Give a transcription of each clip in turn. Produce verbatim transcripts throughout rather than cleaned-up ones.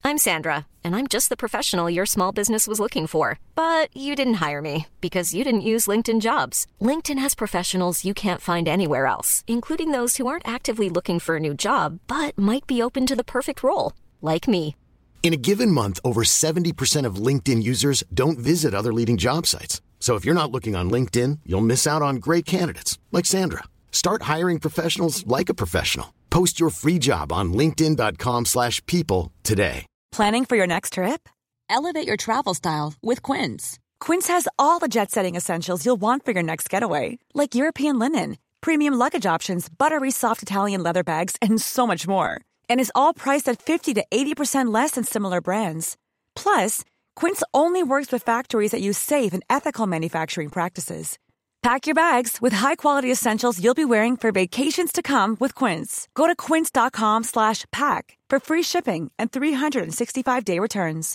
I'm Sandra, and I'm just the professional your small business was looking for. But you didn't hire me because you didn't use LinkedIn Jobs. LinkedIn has professionals you can't find anywhere else, including those who aren't actively looking for a new job, but might be open to the perfect role, like me. In a given month, over seventy percent of LinkedIn users don't visit other leading job sites. So if you're not looking on LinkedIn, you'll miss out on great candidates like Sandra. Start hiring professionals like a professional. Post your free job on linkedin dot com slash people today. Planning for your next trip? Elevate your travel style with Quince. Quince has all the jet-setting essentials you'll want for your next getaway, like European linen, premium luggage options, buttery soft Italian leather bags, and so much more. And is all priced at fifty to eighty percent less than similar brands. Plus, Quince only works with factories that use safe and ethical manufacturing practices. Pack your bags with high-quality essentials you'll be wearing for vacations to come with Quince. Go to quince.com slash pack for free shipping and three sixty-five day returns.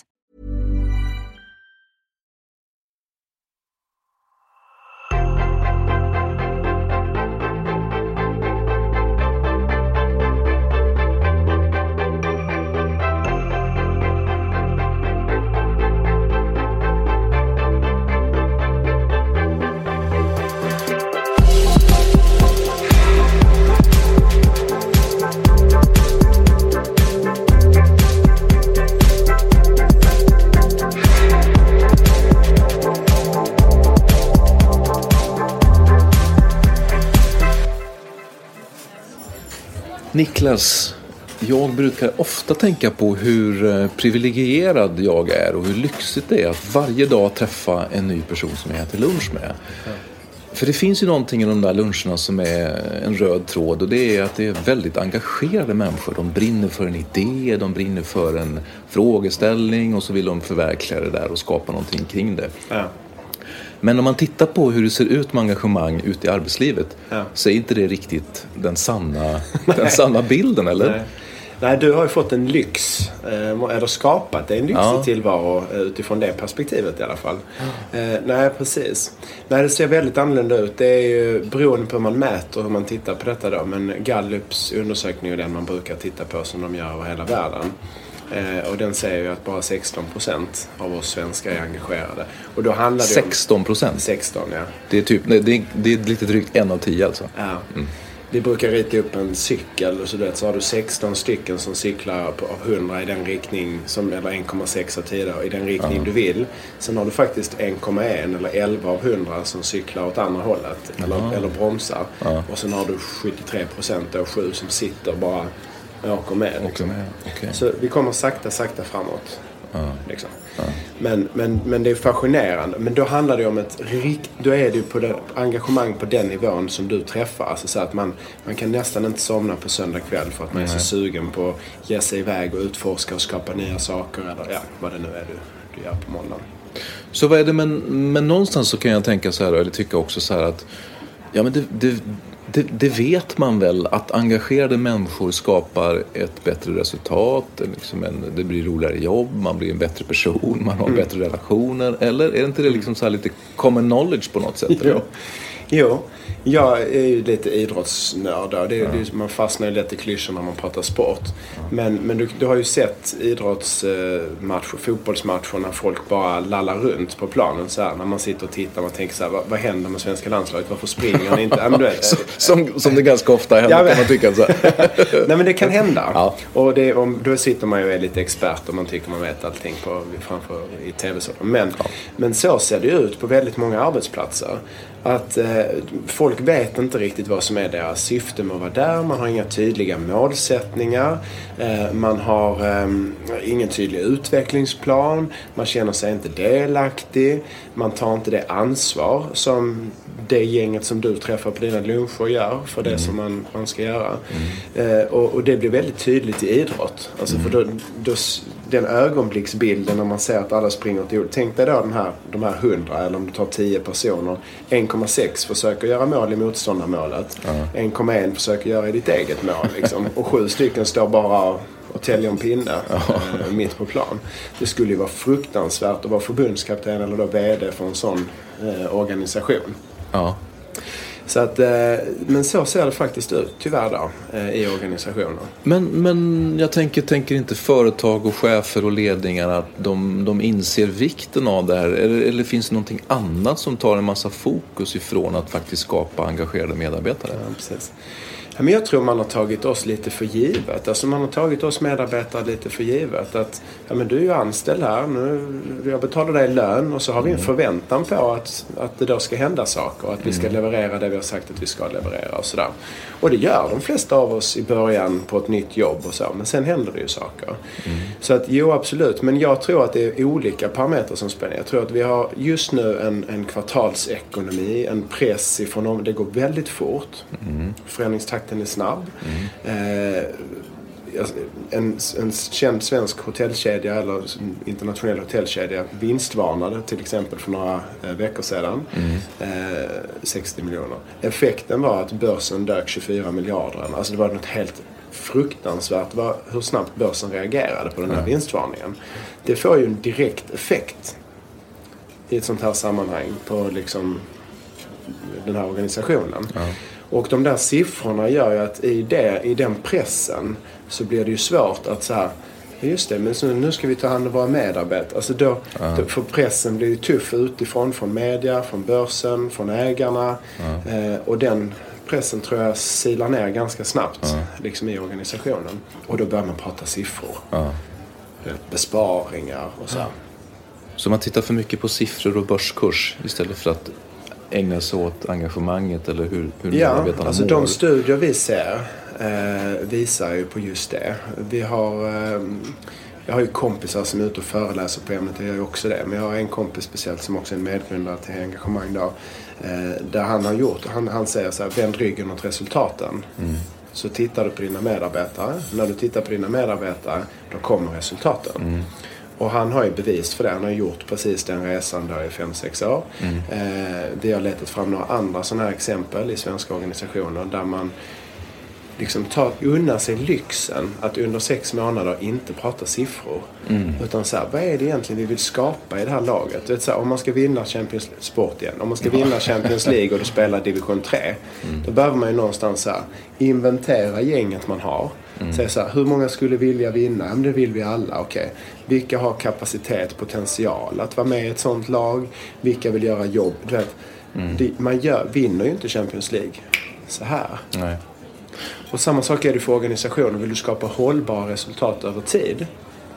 Niklas, jag brukar ofta tänka på hur privilegierad jag är och hur lyxigt det är att varje dag träffa en ny person som jag äter lunch med. Ja. För det finns ju någonting i de där luncherna som är en röd tråd, och det är att det är väldigt engagerade människor. De brinner för en idé, de brinner för en frågeställning och så vill de förverkliga det där och skapa någonting kring det. Ja. Men om man tittar på hur det ser ut med engagemang ute i arbetslivet, ja, så är inte det riktigt den sanna, den sanna bilden, eller? Nej. Nej, du har ju fått en lyx, eller skapat en lyxig ja. tillvaro utifrån det perspektivet i alla fall. Ja. Eh, nej, precis. Nej, det ser väldigt annorlunda ut. Det är ju beroende på hur man mäter och hur man tittar på detta då. Men Gallups undersökning är den man brukar titta på som de gör över hela världen. Eh, och den säger ju att bara sexton procent av oss svenskar är engagerade. Och då handlar det sexton procent? sexton, ja. Det är typ, det är, det är lite drygt en av tio alltså. Ja. Mm. Vi brukar rita upp en cykel och så, där, så har du sexton stycken som cyklar på, av hundra i den riktning, som, eller en komma sex av tio i den riktning, ja, du vill. Sen har du faktiskt en komma ett eller elva av hundra som cyklar åt andra hållet, eller, eller bromsar. Ja. Och sen har du sjuttiotre procent av sju som sitter bara och åker med. Liksom. med. Okay. Så vi kommer sakta, sakta framåt. Ja. Liksom. Ja. Men, men, men det är fascinerande. Men då handlar det om ett rikt, då är det ju på det, engagemang på den nivån som du träffar. Alltså så att man, man kan nästan inte somna på söndag kväll för att man är så sugen på att ge sig iväg och utforska och skapa nya saker, eller ja, vad det nu är du, du gör på måndagen. Så vad är det, men, men någonstans så kan jag tänka så här, eller tycka också så här att ja, men det, det Det, det vet man väl, att engagerade människor skapar ett bättre resultat, liksom en, det blir roligare jobb, man blir en bättre person, man har mm. bättre relationer, eller är det inte det liksom så här lite common knowledge på något sätt? Jo. Jo, jag är ju lite idrottsnörd. Det, ja. det, man fastnar ju lite i klyschor när man pratar sport. Ja. Men, men du, du har ju sett idrottsmatcher, fotbollsmatcher när folk bara lallar runt på planen så här, när man sitter och tittar och tänker så här, vad, vad händer med svenska landslaget? Varför springer han inte? Ja, men du vet, som, som det ganska ofta händer, ja, men, kan man tycka så här. Nej, men det kan hända. Ja. Och det, om, då sitter man ju och är lite expert och man tycker man vet allting på, framför i tv-sådana. Men, ja. men så ser det ut på väldigt många arbetsplatser. Att eh, folk vet inte riktigt vad som är deras syfte med att vara där. Man har inga tydliga målsättningar. Eh, man har eh, ingen tydlig utvecklingsplan. Man känner sig inte delaktig. Man tar inte det ansvar som det gänget som du träffar på dina luncher gör för det mm. som man, man ska göra. Mm. Eh, och, och det blir väldigt tydligt i idrott. Alltså mm. för då, då, den ögonblicksbilden när man ser att alla springer åt jord. Tänk dig då den här, de här hundra, eller om du tar tio personer. en komma sex försöker göra mål i motståndarmålet. Mm. en komma ett försöker göra i ditt eget mål. Liksom. Och sju stycken står bara och täljer en pinne eh, mitt på plan. Det skulle ju vara fruktansvärt att vara förbundskapten eller då vd för en sån eh, organisation. Ja. Så att, men så ser det faktiskt ut, tyvärr då, i organisationer. Men, men jag tänker, tänker inte företag och chefer och ledningar att de, de inser vikten av det här? Eller, eller finns det någonting annat som tar en massa fokus ifrån att faktiskt skapa engagerade medarbetare? Ja, precis. Ja, men jag tror man har tagit oss lite för givet. Alltså man har tagit oss medarbetare lite för givet. Att ja, men du är ju anställd här. Nu, jag betalar dig lön och så har vi en förväntan på att, att det då ska hända saker. Och att vi ska leverera det vi har sagt att vi ska leverera och sådär. Och det gör de flesta av oss i början på ett nytt jobb och så. Men sen händer det ju saker. Mm. Så att jo, absolut. Men jag tror att det är olika parametrar som spelar. Jag tror att vi har just nu en, en kvartalsekonomi. En press ifrån, det går väldigt fort. Mm. Förändringstakten är snabb. Mm. Eh, en, en känd svensk hotellkedja eller internationell hotellkedja vinstvarnade till exempel för några eh, veckor sedan. Mm. Eh, sextio miljoner. Effekten var att börsen dök tjugofyra miljarder. Alltså det var något helt fruktansvärt var hur snabbt börsen reagerade på den här mm. vinstvarningen. Det får ju en direkt effekt i ett sånt här sammanhang på liksom den här organisationen. Mm. Och de där siffrorna gör ju att i, det, i den pressen så blir det ju svårt att så här, just det, men så nu ska vi ta hand om våra medarbetare. Alltså då, uh-huh. då, för pressen blir ju tuff utifrån, från media, från börsen, från ägarna. Uh-huh. Eh, och den pressen tror jag silar ner ganska snabbt uh-huh. liksom i organisationen. Och då börjar man prata siffror. Uh-huh. Besparingar och så. Uh-huh. Så man tittar för mycket på siffror och börskurs istället för att ägna sig åt engagemanget eller hur, hur ja, medarbetarna alltså mår? De studier vi ser eh, visar ju på just det. Vi har, eh, jag har ju kompisar som är ute och föreläser på ämnet, jag gör ju också det. Men jag har en kompis speciellt som också är en medgrundare till engagemang då, eh, där han har gjort, han, han säger så här, vänd ryggen åt resultaten. Mm. Så tittar du på dina medarbetare. När du tittar på dina medarbetare, då kommer resultaten. Mm. Och han har ju bevis för det. Han har gjort precis den resan där i fem sex år. Mm. Eh, vi har letat fram några andra sådana här exempel i svenska organisationer där man liksom tar undan sig lyxen att under sex månader inte prata siffror. Mm. Utan så här, vad är det egentligen vi vill skapa i det här laget? Vet, så här, om man ska vinna Champions Sport igen, om man ska vinna Champions League och du spelar division tre, mm. då behöver man ju någonstans så här, inventera gänget man har. Mm. Säga så här, hur många skulle vilja vinna? Men det vill vi alla, okej. Okay. Vilka har kapacitet, potential att vara med i ett sånt lag? Vilka vill göra jobb? Du vet, mm. det, man gör, vinner ju inte Champions League så här. Nej. Och samma sak är det för organisationer. Vill du skapa hållbara resultat över tid,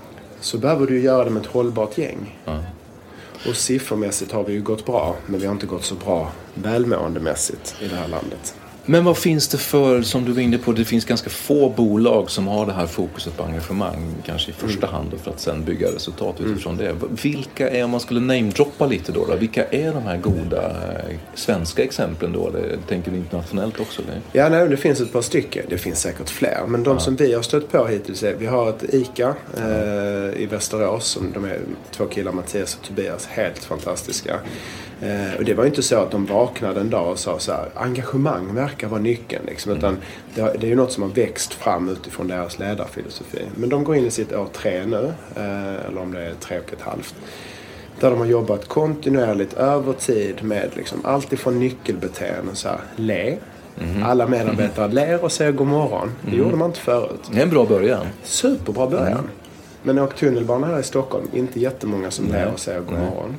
så behöver du göra det med ett hållbart gäng. Mm. Och siffermässigt har vi ju gått bra, men vi har inte gått så bra välmåendemässigt i det här landet. Men vad finns det för, som du var inne på, det finns ganska få bolag som har det här fokuset på engagemang, kanske i första mm. hand, för att sen bygga resultat utifrån mm. det. Vilka är, om man skulle namedroppa lite då, då, vilka är de här goda svenska exemplen då? Det, tänker vi internationellt också? Eller? Ja, nej, det finns ett par stycken. Det finns säkert fler. Men de ja. som vi har stött på hittills är, vi har ett ICA ja. eh, i Västerås, som de är två killar, Mattias och Tobias, helt fantastiska. Eh, och det var inte så att de vaknade en dag och sa så här, engagemang verkar vara nyckeln liksom, utan det, det är ju något som har växt fram utifrån deras ledarfilosofi. Men de går in i sitt år tre nu, eh, eller om det är tre och ett halvt, där de har jobbat kontinuerligt över tid med liksom allt ifrån nyckelbeteenden, så här, le. Mm. Alla medarbetare mm. ler och säger god morgon. Det mm. gjorde man inte förut. Det är en bra början. Superbra början. Mm. Men jag åker tunnelbana här i Stockholm, inte jättemånga som ler och säger god morgon.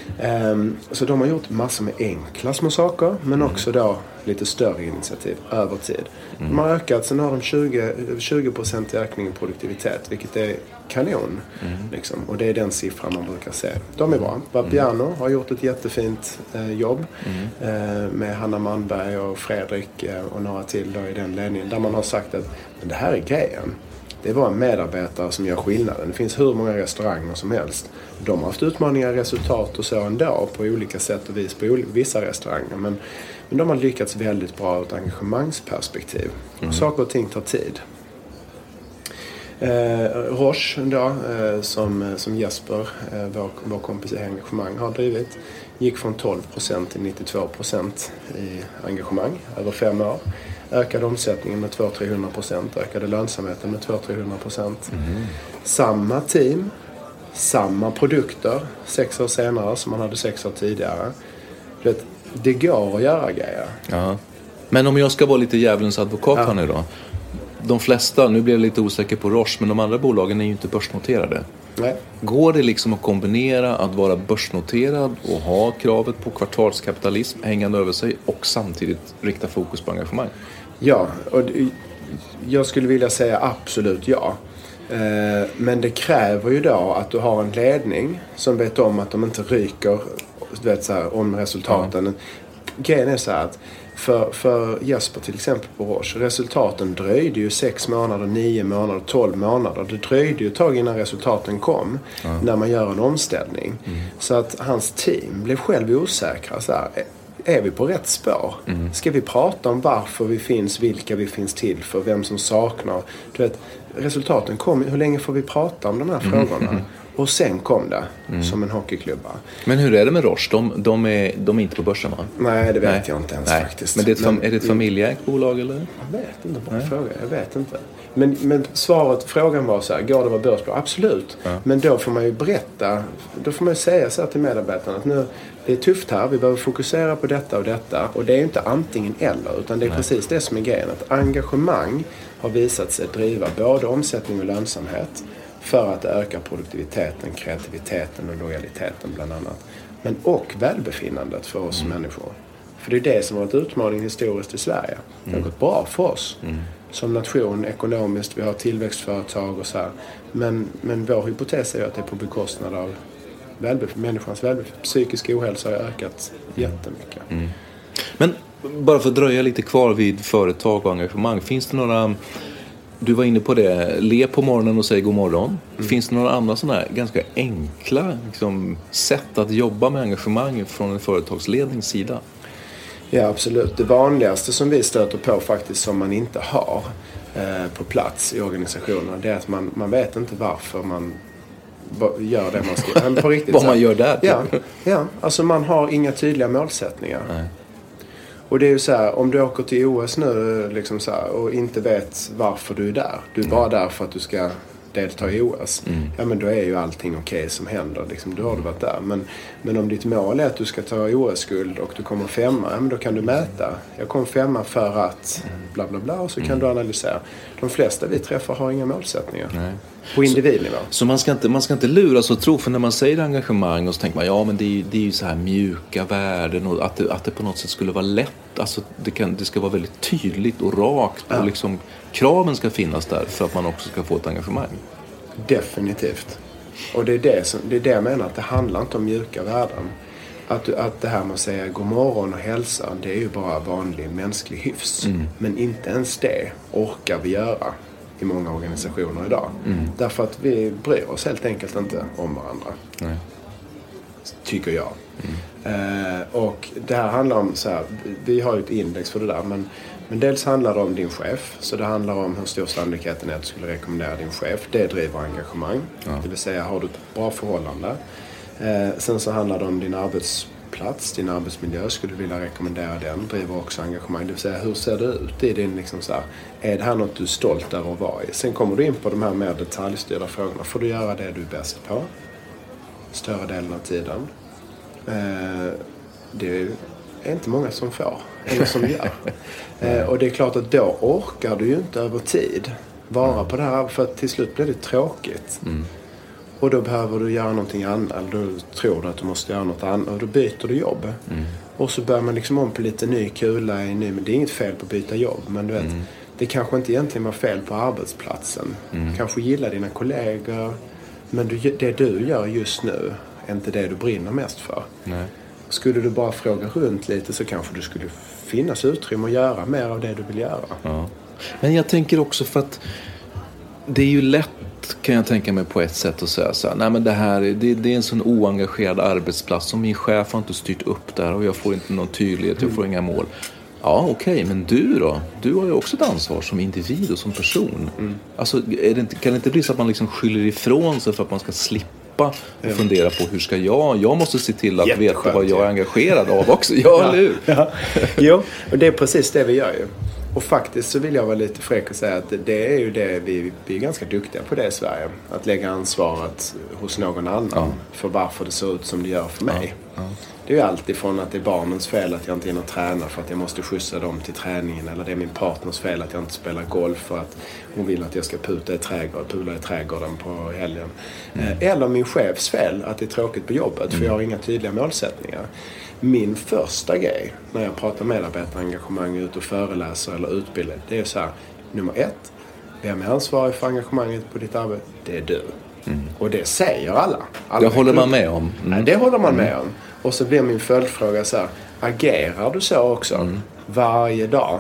Um, så de har gjort massor med enkla små saker, men mm. också då lite större initiativ över tid. Mm. De har ökat, sen har de tjugo procent ökning i produktivitet, vilket är kanon. Mm. Liksom. Och det är den siffran man brukar se. De är bra. Vapiano mm. har gjort ett jättefint eh, jobb mm. eh, med Hanna Manberg och Fredrik eh, och några till då i den ledningen, där man har sagt att men det här är grejen. Det var en medarbetare som gör skillnaden. Det finns hur många restauranger som helst. De har haft utmaningar, resultat och så ändå på olika sätt och vis på vissa restauranger. Men, men de har lyckats väldigt bra ur ett engagemangsperspektiv. Mm. Saker och ting tar tid. Eh, Roche då, eh, som, som Jesper, eh, vår, vår kompis i engagemang, har drivit, gick från tolv procent till nittiotvå procent i engagemang över fem år. Ökade omsättningen med två till trehundra procent, ökade lönsamheten med två till trehundra procent. Mm. Samma team, samma produkter sex år senare som man hade sex år tidigare. Vet, det går att göra grejer. Ja. Men om jag ska vara lite djävulens advokat ja. här nu då. De flesta, nu blir jag lite osäker på Roche, men de andra bolagen är ju inte börsnoterade. Nej. Går det liksom att kombinera att vara börsnoterad och ha kravet på kvartalskapitalism hängande över sig och samtidigt rikta fokus på engagemang? Ja, och jag skulle vilja säga absolut ja. Men det kräver ju då att du har en ledning som vet om att de inte ryker, du vet, så här, om resultaten. Ja. Grejen är så här att för, för Jesper till exempel på Roche, resultaten dröjde ju sex månader, nio månader, tolv månader. Det dröjde ju ett tag innan resultaten kom ja. när man gör en omställning. Mm. Så att hans team blev själv osäkra. Så här, är vi på rätt spår? Mm. Ska vi prata om varför vi finns, vilka vi finns till för, vem som saknar? Du vet, resultaten kom, hur länge får vi prata om de här frågorna? Mm. Och sen kom det mm. som en hockeyklubba. Men hur är det med Roche? De, de, är, de är inte på börsen, va? Nej, det vet Nej. jag inte ens Nej. faktiskt. Men, det är, ett, men är det ett familjeägt bolag eller? Jag vet inte, bara fråga. Jag vet inte. Men, men svaret, frågan var så här, går det att vara börsbolag? Absolut. Ja. Men då får man ju berätta, då får man ju säga så här till medarbetarna att nu, det är tufft här, vi behöver fokusera på detta och detta. Och det är ju inte antingen eller, utan det är Nej. precis det som är grejen. Att engagemang har visat sig driva både omsättning och lönsamhet för att öka produktiviteten, kreativiteten och lojaliteten bland annat. Men och välbefinnandet för oss mm. människor. För det är det som har varit utmaningen historiskt i Sverige. Det har gått bra för oss. Mm. Som nation, ekonomiskt, vi har tillväxtföretag och så här. Men, men vår hypotes är ju att det är på bekostnad av välbef- människans välbefinnande. Psykisk ohälsa har ökat jättemycket. Mm. Men bara för att dröja lite kvar vid företag och engagemang. Finns det några... Du var inne på det, le på morgonen och säg god morgon. Mm. Finns det några andra sådana här ganska enkla liksom, sätt att jobba med engagemang från en företagslednings sida? Ja, absolut. Det vanligaste som vi stöter på faktiskt som man inte har eh, på plats i organisationerna, det är att man, man vet inte varför man gör det man ska. Men på riktigt, vad man gör där. Ja, ja, alltså man har inga tydliga målsättningar. Nej. Och det är ju så här, om du åker till O S nu liksom så här, och inte vet varför du är där. Du är bara där för att du ska delta i O S. Mm. Ja, men då är ju allting okej okay som händer. Liksom, då har du varit där. Men, men om ditt mål är att du ska ta O S-guld och du kommer femma, ja, men då kan du mäta. Jag kom femma för att bla bla bla, och så kan mm. du analysera. De flesta vi träffar har inga målsättningar. Nej. På individnivå. Så, så man, ska inte, man ska inte luras och tro, för när man säger engagemang och så tänker man, ja men det är ju, det är ju så här mjuka värden och att det, att det på något sätt skulle vara lätt. Alltså det, kan, det ska vara väldigt tydligt och rakt ja. och liksom kraven ska finnas där för att man också ska få ett engagemang. Definitivt. Och det är det, som, det är det jag menar, att det handlar inte om mjuka värden. Att, att det här med att säga god morgon och hälsa, det är ju bara vanlig mänsklig hyfs. Mm. Men inte ens det orkar vi göra i många organisationer idag. Mm. Därför att vi bryr oss helt enkelt inte om varandra. Nej. Tycker jag. Mm. Eh, och det här handlar om så här, vi har ju ett index för det där, men, men dels handlar det om din chef. Så det handlar om hur stor sannolikheten är att du skulle rekommendera din chef. Det driver engagemang. Ja. Det vill säga, har du ett bra förhållande. Eh, sen så handlar det om din arbetsplats, din arbetsmiljö. Skulle du vilja rekommendera den? Driver också engagemang. Det vill säga, hur ser det ut i din liksom så här, är det här något du är stolt över att vara i? Sen kommer du in på de här mer detaljstyrda frågorna. Får du göra det du är bäst på? Större delen av tiden. Eh, det är inte många som får eller som gör. Eh, och det är klart att då orkar du ju inte över tid vara på det här, för att till slut blir det tråkigt. Mm. Och då behöver du göra någonting annat, eller då tror du att du måste göra något annat, och då byter du jobb. Mm. Och så börjar man liksom om på lite ny kula i ny, men det är inget fel på att byta jobb, men du vet, mm. det kanske inte egentligen var fel på arbetsplatsen. Mm. Kanske gillar dina kollegor, men du, det du gör just nu är inte det du brinner mest för. Nej. Skulle du bara fråga runt lite, så kanske du skulle finnas utrymme att göra mer av det du vill göra. Ja. Men jag tänker också, för att det är ju lätt, kan jag tänka mig på ett sätt, att säga så här, nej men det här det, det är en sån oengagerad arbetsplats som min chef har inte styrt upp där och jag får inte någon tydlighet, jag får mm. inga mål. Ja, okej, okay, men du då? Du har ju också ett ansvar som individ och som person. Mm. Alltså, är det inte, kan det inte bli så att man liksom skyller ifrån sig för att man ska slippa och ja. fundera på hur ska jag? Jag måste se till att veta vad jag är engagerad av också. Ja, eller hur? Ja. Jo, och det är precis det vi gör ju. Och faktiskt så vill jag vara lite fräck och säga att det är ju det vi, vi är ganska duktiga på det i Sverige. Att lägga ansvaret hos någon annan ja. för varför det ser ut som det gör för mig. Ja. Ja. Det är ju alltid från att det är barnens fel att jag inte hinner träna för att jag måste skjutsa dem till träningen. Eller det är min partners fel att jag inte spelar golf för att hon vill att jag ska puta i trädgården, pula i trädgården på helgen. Mm. Eller min chefs fel att det är tråkigt på jobbet mm. för jag har inga tydliga målsättningar. Min första grej när jag pratar medarbetarengagemang ut och föreläser eller utbildar, det är så här, nummer ett, vem är ansvarig för engagemanget på ditt arbete? Det är du. Mm. Och det säger alla. alla det håller man med om. Mm. Ja, det håller man med om. Och så blir min följdfråga så här, agerar du så också mm. varje dag?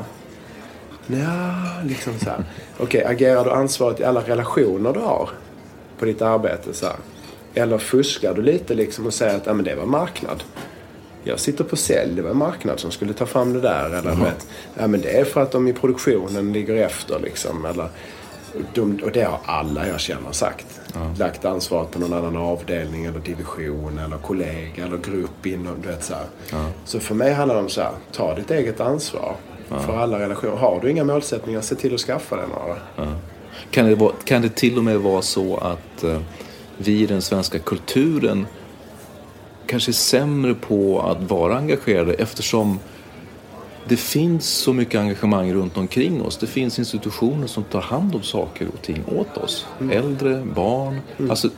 Ja, liksom så här. Okej, okay, agerar du ansvaret i alla relationer du har på ditt arbete så här? Eller fuskar du lite liksom och säger att ja, men det var marknad. Jag sitter på sälj, det var en marknad som skulle ta fram det där. Eller mm. vet, ja, men det är för att de i produktionen ligger efter liksom. Eller, de, och det har alla jag känner sagt. Mm. Lagt ansvaret på någon annan avdelning eller division eller kollega eller grupp inom, du vet så här. Mm. Så för mig handlar det om så här, ta ditt eget ansvar mm. för alla relationer. Har du inga målsättningar, se till att skaffa den några. Mm. Kan det vara, kan det till och med vara så att uh, vi i den svenska kulturen kanske är sämre på att vara engagerade eftersom det finns så mycket engagemang runt omkring oss. Det finns institutioner som tar hand om saker och ting åt oss. Mm. Äldre, barn. Mm. Alltså,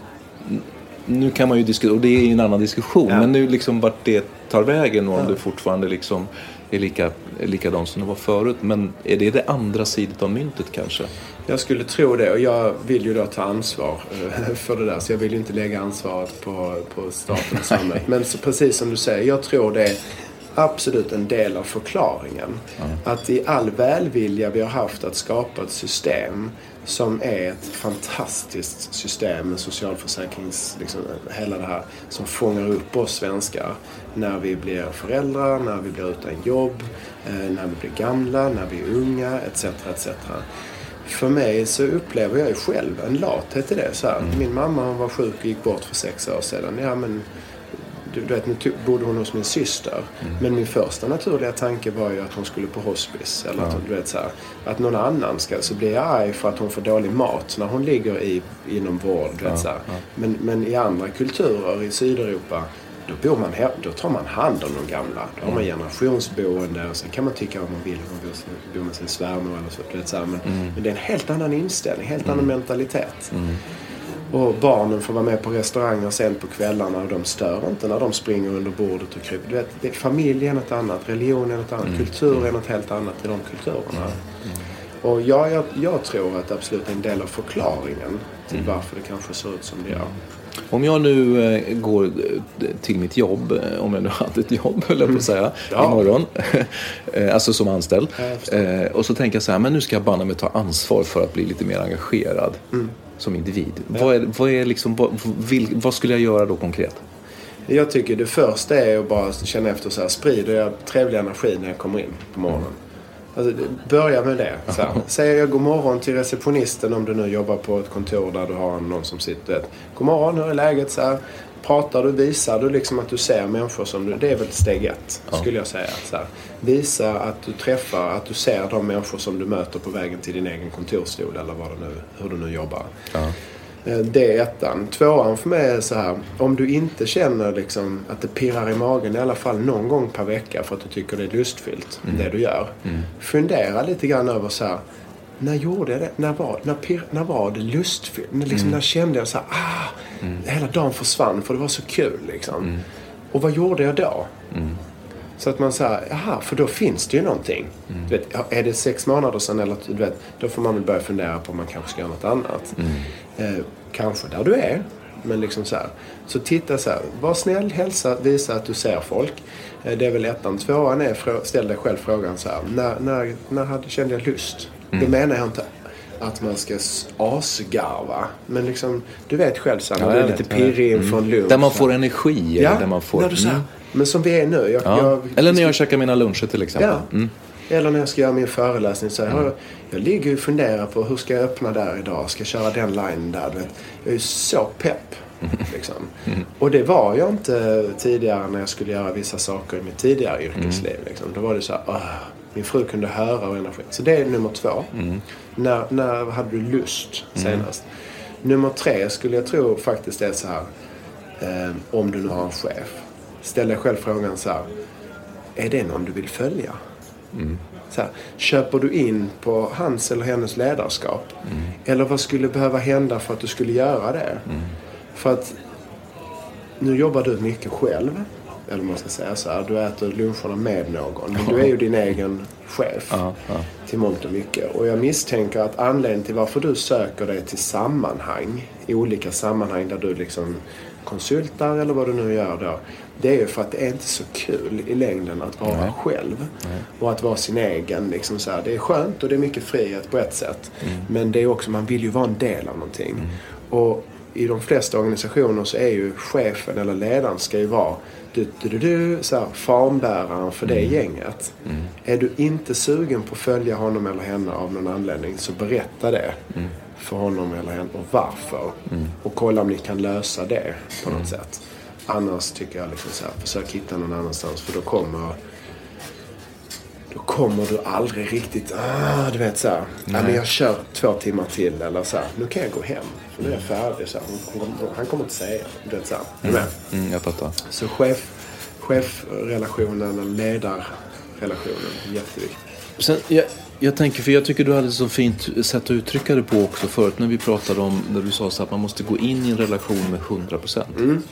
nu kan man ju diskutera, och det är en annan diskussion, ja. men nu liksom vart det tar vägen och om ja. det fortfarande liksom är lika, likadant som det var förut. Men är det det andra sidan av myntet kanske? Jag skulle tro det, och jag vill ju då ta ansvar för det där, så jag vill ju inte lägga ansvaret på, på staten och samhället. Men så, precis som du säger, jag tror det är absolut en del av förklaringen. Mm. Att i all välvilja vi har haft att skapa ett system som är ett fantastiskt system med socialförsäkrings, liksom, hela det här som fångar upp oss svenskar när vi blir föräldrar, när vi blir utan jobb, eh, när vi blir gamla, när vi är unga, et cetera et cetera. För mig så upplever jag ju själv en lathet i det. Så här, mm. Min mamma hon var sjuk och gick bort för sex år sedan. Ja, men du, du vet, nu bodde hon hos min syster. Mm. Men min första naturliga tanke var ju att hon skulle på hospice. Eller att, ja. du vet, så här, att någon annan ska. Så blir jag arg för att hon får dålig mat när hon ligger i, inom vård. Du vet, ja, så här. Ja. Men, men i andra kulturer i Sydeuropa, då, bor man he- då tar man hand om de gamla. Då har man generationsboende och så kan man tycka vad man vill om man bor med sin svärmor eller så. Du vet, så här. Men, mm. men det är en helt annan inställning, helt mm. annan mentalitet. Mm. Och barnen får vara med på restauranger sen på kvällarna och de stör inte när de springer under bordet och kryper. Du vet, det, familj är något annat, religion är något annat, mm. kultur är något helt annat i de kulturerna. Mm. Och jag, jag, jag tror att det absolut är en del av förklaringen till mm. varför det kanske ser ut som det gör. Om jag nu eh, går till mitt jobb, eh, om jag nu hade ett jobb, eller på att säga, ja. imorgon, eh, alltså som anställd, eh, och så tänker jag så här, men nu ska jag banna mig ta ansvar för att bli lite mer engagerad mm. som individ. Ja. Vad, är, vad, är liksom, vad, vill, vad skulle jag göra då konkret? Jag tycker det första är att bara känna efter så här, sprider jag trevlig energi när jag kommer in på morgonen. Mm. Alltså, börja med det. Så här. Säger jag god morgon till receptionisten om du nu jobbar på ett kontor där du har någon som sitter. God morgon, hur är läget? Så här. Pratar du, visar du liksom att du ser människor som du... Det är väl steg ett, ja. skulle jag säga. Så här. Visa att du träffar, att du ser de människor som du möter på vägen till din egen kontorstol eller vad det nu, hur du nu jobbar. Ja. Det är ettan. Tvåan för mig är så här. Om du inte känner liksom att det pirrar i magen i alla fall någon gång per vecka för att du tycker det är lustfyllt, mm. det du gör. Mm. Fundera lite grann över så här. När gjorde jag det? När var, när pir, när var det lustfyllt? När, liksom, mm. när kände jag så här. Ah, mm. hela dagen försvann för det var så kul liksom. Mm. Och vad gjorde jag då? Mm. Så att man säger, jaha, för då finns det ju någonting. Mm. Du vet, är det sex månader sedan eller du vet, då får man väl börja fundera på om man kanske ska göra något annat. Mm. Eh, kanske där du är, men liksom så här. Så titta så här, var snäll, hälsa, visa att du ser folk. Eh, det är väl ettan. Tvåan är, ställ dig själv frågan så här, när, när, när hade, kände jag lust? Mm. Det menar jag inte att man ska asgarva. Men liksom, du vet själv så här, ja, du är lite pirrig inför en lunch. Där man får energi. Ja, eller där man får, när du så här, mm. Men som vi är nu. Jag, ja. jag, eller när jag käkar mina luncher till exempel. Ja. Mm. Eller när jag ska göra min föreläsning. Så här, mm. jag, jag ligger och funderar på hur ska jag öppna där idag. Ska jag köra den line där. Vet. Jag är så pepp. Liksom. Mm. Och det var jag inte tidigare när jag skulle göra vissa saker i mitt tidigare yrkesliv. Mm. Liksom. Då var det så här, åh, Min fru kunde höra och energi. Så det är nummer två. Mm. När, när hade du lust senast? Mm. Nummer tre skulle jag tro faktiskt är så här. Eh, om du nu har en chef. Ställ dig själv frågan så här. Är det någon du vill följa? Mm. Så här, köper du in på hans eller hennes ledarskap? Mm. Eller vad skulle behöva hända för att du skulle göra det? Mm. För att nu jobbar du mycket själv. Eller man ska säga så här, du äter luncherna med någon. Men du är ju din egen chef ja, ja. till mångt och mycket. Och jag misstänker att anledningen till varför du söker dig till sammanhang, i olika sammanhang där du liksom konsultar eller vad du nu gör då. Det är ju för att det är inte så kul i längden att vara Nej. själv. Nej. Och att vara sin egen. Liksom så här. Det är skönt och det är mycket frihet på ett sätt. Mm. Men det är också, man vill ju vara en del av någonting. Mm. Och i de flesta organisationer så är ju chefen eller ledaren ska ju vara du, du, du, du, så här, fanbäraren för det mm. gänget. Mm. Är du inte sugen på att följa honom eller henne av någon anledning så berätta det mm. för honom eller henne och varför. Mm. Och kolla om ni kan lösa det på något mm. sätt. Annars tycker jag liksom så här, försök hitta någon annanstans för då kommer då kommer du aldrig riktigt ah, du vet så här, ja, men jag kör två timmar till eller så här, nu kan jag gå hem för nu är jag färdig så här, han, han kommer inte säga du vet så här. Mm. Mm, jag fattar. Så chef chefrelationen och ledarrelationen är jätteviktigt. Sen, jag, jag tänker, för jag tycker du hade så fint sätt att uttrycka det på också förut när vi pratade om, när du sa så att man måste gå in i en relation med hundra procent. Mm.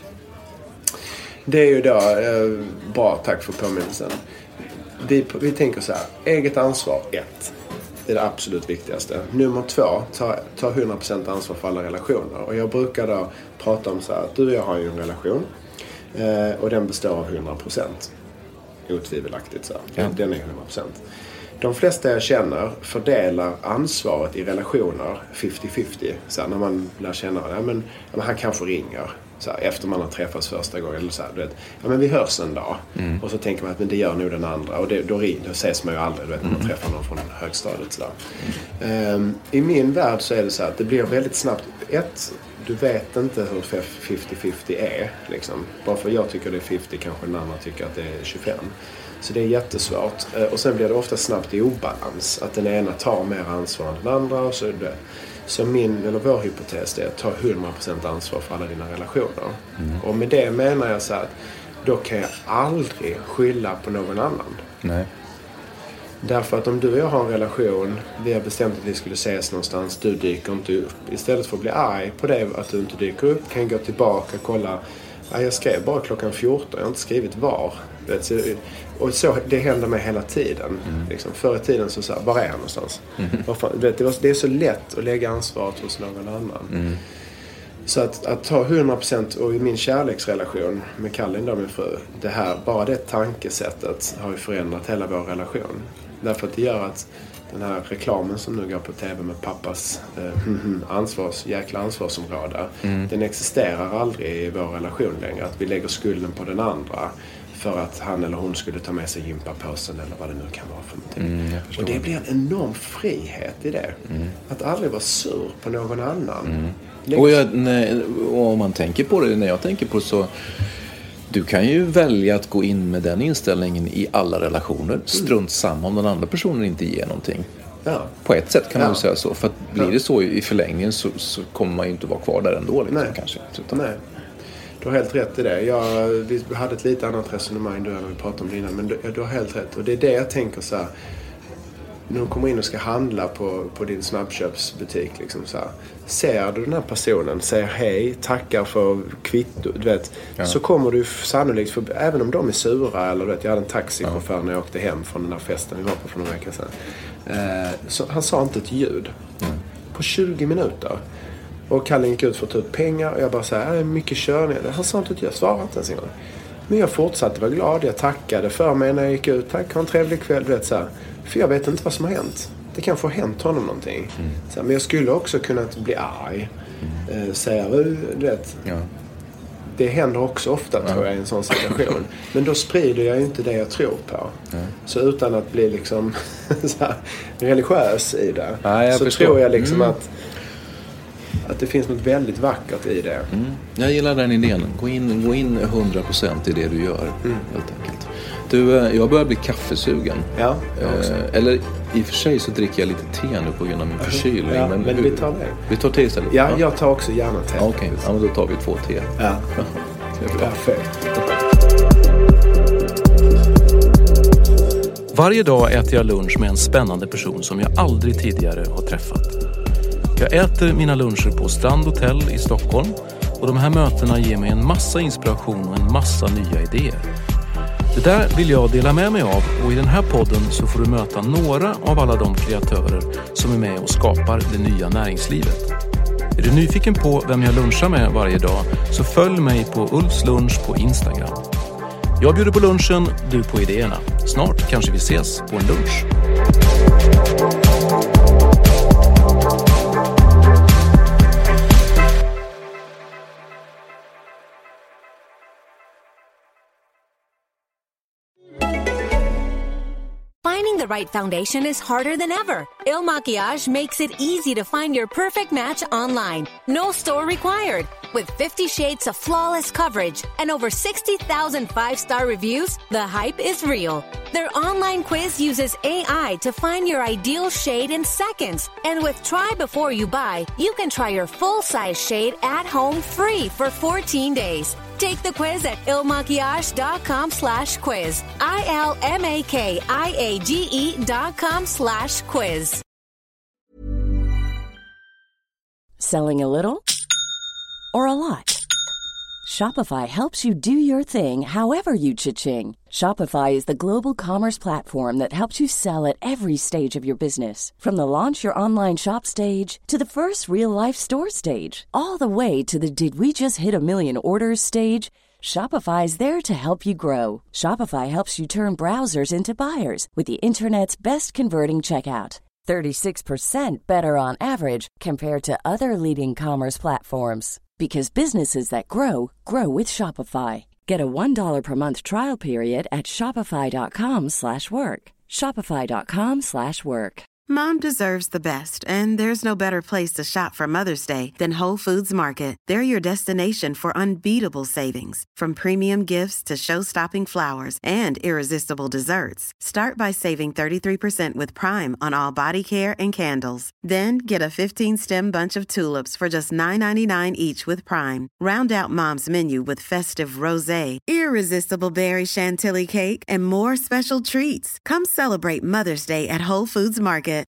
Det är ju då eh, bra, tack för påminnelsen. Vi, vi tänker så här, eget ansvar, ett. Det är det absolut viktigaste. Nummer två, ta, ta hundra procent ansvar för alla relationer. Och jag brukar då prata om så här, att du och jag har ju en relation. Eh, och den består av hundra procent. Otvivelaktigt så här. Ja. Den är hundra procent. De flesta jag känner fördelar ansvaret i relationer fifty fifty. Så här, när man lär känna, ja, men, ja, men han kanske ringer. Så här, efter man har träffats första gången eller så här, du vet, ja men vi hörs en dag mm. och så tänker man att men det gör nog den andra och det, då, då ses man ju aldrig, du vet, när man mm. träffar någon från högstadiet så mm. um, i min värld så är det så att det blir väldigt snabbt ett, du vet inte hur fifty fifty är liksom, bara för jag tycker det är fifty kanske den andra tycker att det är tjugofem, så det är jättesvårt uh, och sen blir det ofta snabbt i obalans att den ena tar mer ansvar än den andra och så är det. Så min, eller vår hypotes är att ta hundra procent ansvar för alla dina relationer. Mm. Och med det menar jag så här att då kan jag aldrig skylla på någon annan. Nej. Därför att om du och jag har en relation, vi har bestämt att vi skulle ses någonstans, du dyker inte upp. Istället för att bli arg på det att du inte dyker upp kan jag gå tillbaka och kolla. Ja, jag skrev bara klockan fjorton, jag har inte skrivit var. Och så, det händer mig hela tiden. Mm. Liksom. Förr i tiden så sa jag, var är jag någonstans? Mm. Varför, vet, det, var, det är så lätt att lägga ansvaret hos någon annan. Mm. Så att, att ta hundra procent och i min kärleksrelation med Kallin då, min fru, det här, bara det tankesättet har ju förändrat hela vår relation. Därför att det gör att den här reklamen som nu går på tv med pappas eh, ansvars, jäkla ansvarsområde, mm. den existerar aldrig i vår relation längre. Att vi lägger skulden på den andra för att han eller hon skulle ta med sig gympapåsen eller vad det nu kan vara för någonting. Mm, och det blir en enorm frihet i det. Mm. Att aldrig vara sur på någon annan. Mm. Och, jag, nej, och om man tänker på det, när jag tänker på det så du kan ju välja att gå in med den inställningen i alla relationer. Mm. Strunt samma om den andra personen inte ger någonting. Ja. På ett sätt kan man ja. ju säga så. För att blir ja. det så i förlängningen så, så kommer man ju inte vara kvar där ändå. Liksom, nej. Kanske. Nej. Du har helt rätt i det. Jag, vi hade ett lite annat resonemang då när vi pratade om det innan. Men du, du har helt rätt. Och det är det jag tänker så här. När du kommer in och ska handla på, på din snabbköpsbutik. Liksom så här, ser du den här personen, säger hej, tackar för kvitto, du vet. Ja. Så kommer du sannolikt, för, även om de är sura. Eller du vet, jag hade en taxichaufför ja. när jag åkte hem från den här festen vi var på för några veckor sedan. Eh, så han sa inte ett ljud. Mm. På tjugo minuter. Och Kalle gick ut för att ta ut pengar. Och jag bara säger, mycket körning. Han sa inte att jag svarade inte ens en gång. Men jag fortsatte vara glad. Jag tackade för mig när jag gick ut. Tack, ha en trevlig kväll. Du vet, så här. För jag vet inte vad som har hänt. Det kan få hänt honom någonting. Mm. Så här, men jag skulle också kunna bli arg. Mm. Eh, säga, du vet. Ja. Det händer också ofta ja. tror jag i en sån situation. Men då sprider jag ju inte det jag tror på. Ja. Så utan att bli liksom så här, religiös i det. Ja, så förstår. tror jag liksom mm. att Att det finns något väldigt vackert i det. Mm. Jag gillar den idén. Gå in, gå in hundra procent i det du gör. Mm. Helt enkelt. Du, jag börjar bli kaffesugen. Ja, eh, Eller i och för sig så dricker jag lite te nu på grund av min förkylning. Ja, men men hur, vi tar det. Vi tar te istället? Ja, jag tar också gärna te. Ja, okej, okay. Ja, men då tar vi två te. Ja, det är bra. Perfekt. Varje dag äter jag lunch med en spännande person som jag aldrig tidigare har träffat. Jag äter mina luncher på Strand Hotel i Stockholm och de här mötena ger mig en massa inspiration och en massa nya idéer. Det där vill jag dela med mig av och i den här podden så får du möta några av alla de kreatörer som är med och skapar det nya näringslivet. Är du nyfiken på vem jag lunchar med varje dag så följ mig på Ulfs lunch på Instagram. Jag bjuder på lunchen, du på idéerna. Snart kanske vi ses på en lunch. Finding the right foundation is harder than ever. Il Makiage makes it easy to find your perfect match online. No store required. With fifty shades of flawless coverage and over sixty thousand five-star reviews, the hype is real. Their online quiz uses A I to find your ideal shade in seconds. And with Try Before You Buy, you can try your full-size shade at home free for fourteen days. Take the quiz at ilmakiage.com slash quiz. I-L-M-A-K-I-A-G-E dot com slash quiz. Selling a little or a lot? Shopify helps you do your thing however you cha-ching. Shopify is the global commerce platform that helps you sell at every stage of your business. From the launch your online shop stage to the first real-life store stage, all the way to the did we just hit a million orders stage. Shopify is there to help you grow. Shopify helps you turn browsers into buyers with the internet's best converting checkout. thirty-six percent better on average compared to other leading commerce platforms. Because businesses that grow, grow with Shopify. Get a one dollar per month trial period at shopify.com slash work. Shopify.com slash work. Mom deserves the best, and there's no better place to shop for Mother's Day than Whole Foods Market. They're your destination for unbeatable savings, from premium gifts to show-stopping flowers and irresistible desserts. Start by saving thirty-three percent with Prime on all body care and candles. Then get a fifteen-stem bunch of tulips for just nine ninety-nine each with Prime. Round out Mom's menu with festive rosé, irresistible berry chantilly cake, and more special treats. Come celebrate Mother's Day at Whole Foods Market.